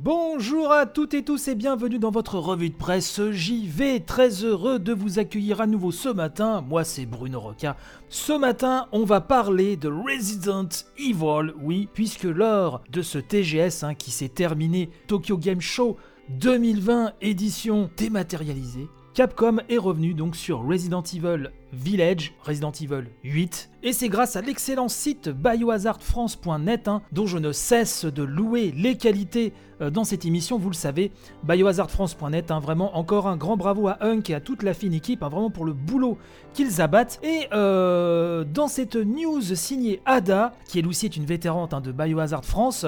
Bonjour à toutes et tous et bienvenue dans votre revue de presse JV. Très heureux de vous accueillir à nouveau ce matin. Moi c'est Bruno Roca. Ce matin on va parler de Resident Evil, oui, puisque lors de ce TGS qui s'est terminé, Tokyo Game Show 2020 édition dématérialisée, Capcom est revenu donc sur Resident Evil Village, Resident Evil 8, et c'est grâce à l'excellent site biohazardfrance.net dont je ne cesse de louer les qualités dans cette émission, vous le savez, biohazardfrance.net, vraiment encore un grand bravo à Hunk et à toute la fine équipe, vraiment pour le boulot qu'ils abattent. Et dans cette news signée Ada, qui elle aussi est une vétérante de Biohazard France,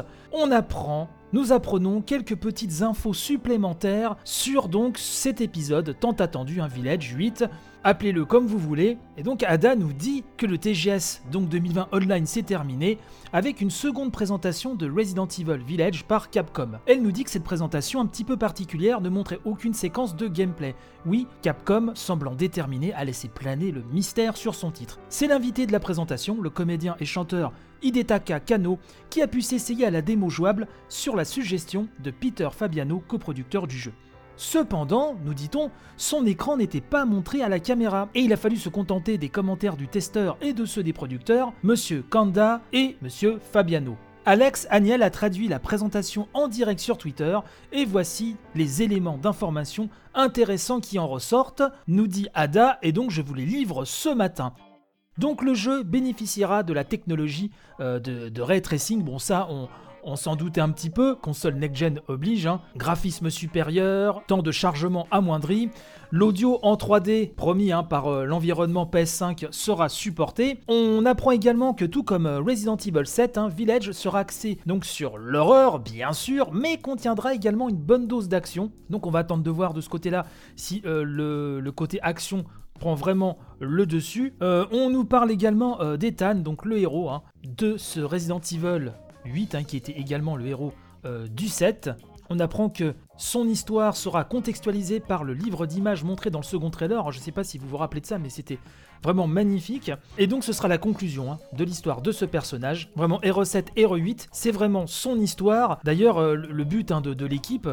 nous apprenons quelques petites infos supplémentaires sur donc cet épisode tant attendu, Village 8, appelez-le comme vous voulez. Et donc Ada nous dit que le TGS donc 2020 Online s'est terminé avec une seconde présentation de Resident Evil Village par Capcom. Elle nous dit que cette présentation un petit peu particulière ne montrait aucune séquence de gameplay. Oui, Capcom semblant déterminé à laisser planer le mystère sur son titre. C'est l'invité de la présentation, le comédien et chanteur Hidetaka Kanno, qui a pu s'essayer à la démo jouable sur la suggestion de Peter Fabiano, coproducteur du jeu. Cependant, nous dit-on, son écran n'était pas montré à la caméra et il a fallu se contenter des commentaires du testeur et de ceux des producteurs, Monsieur Kanda et Monsieur Fabiano. Alex Aniel a traduit la présentation en direct sur Twitter et voici les éléments d'information intéressants qui en ressortent, nous dit Ada, et donc je vous les livre ce matin. Donc le jeu bénéficiera de la technologie de ray tracing, bon ça on s'en doutait un petit peu, console next-gen oblige, graphisme supérieur, temps de chargement amoindri, l'audio en 3D promis par l'environnement PS5 sera supporté. On apprend également que tout comme Resident Evil 7, Village sera axé donc sur l'horreur bien sûr, mais contiendra également une bonne dose d'action. Donc on va attendre de voir de ce côté-là si le côté action prend vraiment le dessus. On nous parle également d'Ethan, donc le héros de ce Resident Evil 8, qui était également le héros du 7. On apprend que son histoire sera contextualisée par le livre d'images montré dans le second trailer. Alors, je ne sais pas si vous vous rappelez de ça, mais c'était vraiment magnifique. Et donc ce sera la conclusion de l'histoire de ce personnage. Vraiment, Hero 7, Hero 8, c'est vraiment son histoire. D'ailleurs, le but de l'équipe,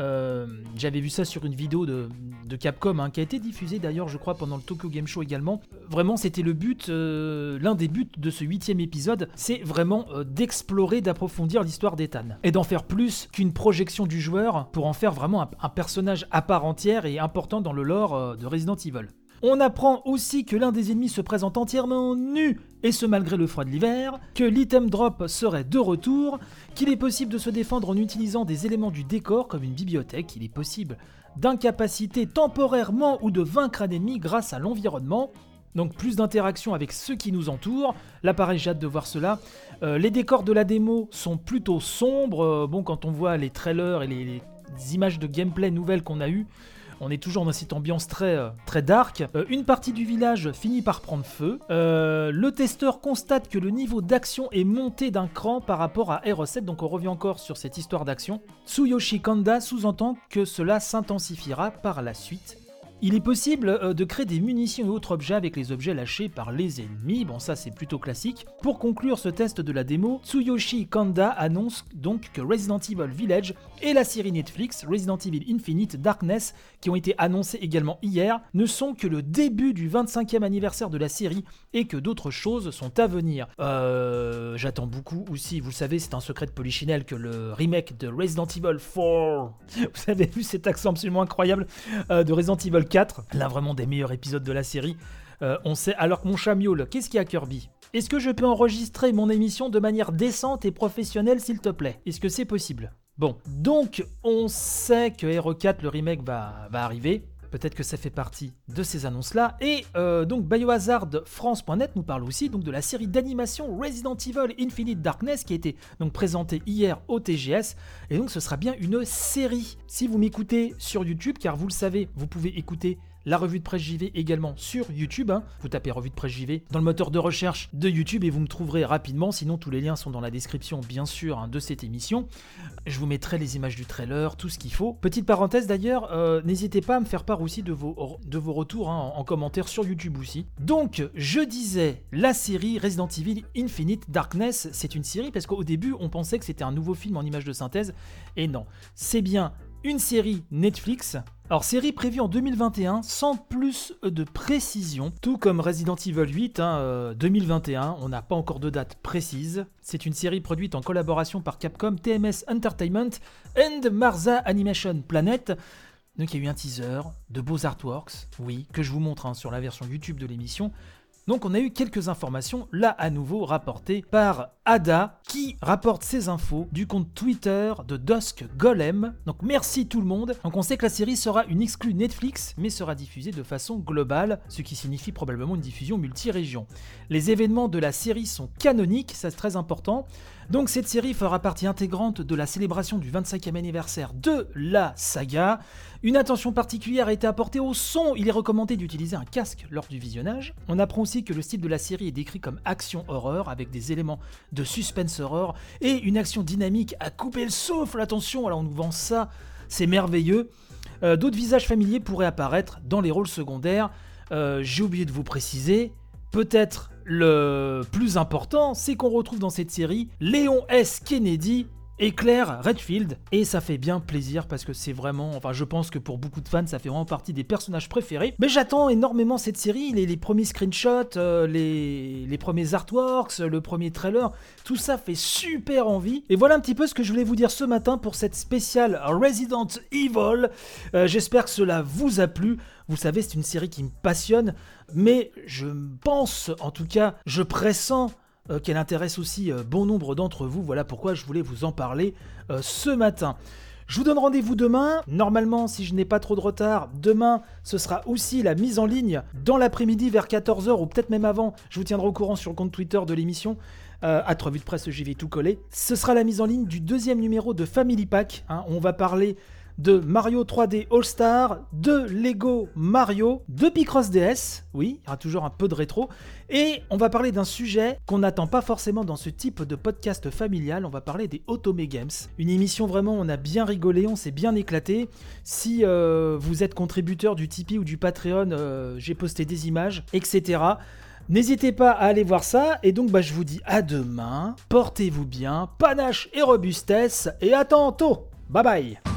j'avais vu ça sur une vidéo de Capcom, qui a été diffusée d'ailleurs, je crois, pendant le Tokyo Game Show également. Vraiment, c'était le but, l'un des buts de ce 8e épisode, c'est vraiment d'explorer, d'approfondir l'histoire d'Ethan. Et d'en faire plus qu'une projection du joueur pour en faire vraiment un personnage à part entière et important dans le lore de Resident Evil. On apprend aussi que l'un des ennemis se présente entièrement nu, et ce malgré le froid de l'hiver, que l'item drop serait de retour, qu'il est possible de se défendre en utilisant des éléments du décor comme une bibliothèque, qu'il est possible d'incapaciter temporairement ou de vaincre un ennemi grâce à l'environnement. Donc plus d'interaction avec ceux qui nous entourent. Là pareil, j'ai hâte de voir cela. Les décors de la démo sont plutôt sombres. Quand on voit les trailers et les images de gameplay nouvelles qu'on a eues, on est toujours dans cette ambiance très dark. Une partie du village finit par prendre feu. Le testeur constate que le niveau d'action est monté d'un cran par rapport à Hero 7, donc on revient encore sur cette histoire d'action. Tsuyoshi Kanda sous-entend que cela s'intensifiera par la suite. Il est possible de créer des munitions et autres objets avec les objets lâchés par les ennemis, bon ça c'est plutôt classique. Pour conclure ce test de la démo, Tsuyoshi Kanda annonce donc que Resident Evil Village et la série Netflix Resident Evil Infinite Darkness, qui ont été annoncées également hier, ne sont que le début du 25e anniversaire de la série et que d'autres choses sont à venir. J'attends beaucoup aussi, vous le savez, c'est un secret de Polichinelle que le remake de Resident Evil 4, vous avez vu cet accent absolument incroyable de Resident Evil 4, l'un vraiment des meilleurs épisodes de la série. On sait, alors que mon chat miaule, qu'est-ce qu'il y a Kirby ? Est-ce que je peux enregistrer mon émission de manière décente et professionnelle s'il te plaît ? Est-ce que c'est possible ? Bon, donc on sait que Hero 4, le remake, va arriver. Peut-être que ça fait partie de ces annonces-là. Et donc biohazardfrance.net nous parle aussi donc de la série d'animation Resident Evil Infinite Darkness qui a été donc présentée hier au TGS. Et donc ce sera bien une série. Si vous m'écoutez sur YouTube, car vous le savez, vous pouvez écouter la revue de presse JV également sur YouTube. Vous tapez revue de presse JV dans le moteur de recherche de YouTube et vous me trouverez rapidement. Sinon, tous les liens sont dans la description, bien sûr, de cette émission. Je vous mettrai les images du trailer, tout ce qu'il faut. Petite parenthèse d'ailleurs, n'hésitez pas à me faire part aussi de vos retours en commentaire sur YouTube aussi. Donc, je disais, la série Resident Evil Infinite Darkness, c'est une série parce qu'au début, on pensait que c'était un nouveau film en images de synthèse. Et non, c'est bien une série Netflix. Alors, série prévue en 2021, sans plus de précision, tout comme Resident Evil 8, 2021, on n'a pas encore de date précise. C'est une série produite en collaboration par Capcom, TMS Entertainment and Marza Animation Planet. Donc il y a eu un teaser, de beaux artworks, oui, que je vous montre sur la version YouTube de l'émission. Donc on a eu quelques informations, là à nouveau rapportées par Ada, qui rapporte ces infos du compte Twitter de Dusk Golem. Donc merci tout le monde. Donc on sait que la série sera une exclue Netflix, mais sera diffusée de façon globale, ce qui signifie probablement une diffusion multi-région. Les événements de la série sont canoniques, ça c'est très important. Donc cette série fera partie intégrante de la célébration du 25e anniversaire de la saga. Une attention particulière a été apportée au son, il est recommandé d'utiliser un casque lors du visionnage. On apprend aussi que le style de la série est décrit comme action horreur avec des éléments de suspense horror et une action dynamique à couper le souffle, attention, alors on nous vend ça, c'est merveilleux. D'autres visages familiers pourraient apparaître dans les rôles secondaires, j'ai oublié de vous préciser, peut-être le plus important, c'est qu'on retrouve dans cette série Léon S. Kennedy et Claire Redfield, et ça fait bien plaisir parce que c'est vraiment, enfin je pense que pour beaucoup de fans ça fait vraiment partie des personnages préférés, mais j'attends énormément cette série, les premiers screenshots, les premiers artworks, le premier trailer, tout ça fait super envie, et voilà un petit peu ce que je voulais vous dire ce matin pour cette spéciale Resident Evil. J'espère que cela vous a plu. Vous savez, c'est une série qui me passionne, mais je pense, en tout cas, je pressens qu'elle intéresse aussi bon nombre d'entre vous. Voilà pourquoi je voulais vous en parler ce matin. Je vous donne rendez-vous demain. Normalement, si je n'ai pas trop de retard, demain, ce sera aussi la mise en ligne dans l'après-midi vers 14h ou peut-être même avant. Je vous tiendrai au courant sur le compte Twitter de l'émission. Revue de presse, j'y vais tout coller. Ce sera la mise en ligne du 2e numéro de Family Pack. On va parler de Mario 3D All-Star, de Lego Mario, de Picross DS, oui, il y aura toujours un peu de rétro, et on va parler d'un sujet qu'on n'attend pas forcément dans ce type de podcast familial, on va parler des Otome Games, une émission vraiment, on a bien rigolé, on s'est bien éclaté. Si vous êtes contributeur du Tipeee ou du Patreon, j'ai posté des images, etc. N'hésitez pas à aller voir ça, et donc je vous dis à demain, portez-vous bien, panache et robustesse, et à tantôt, bye bye.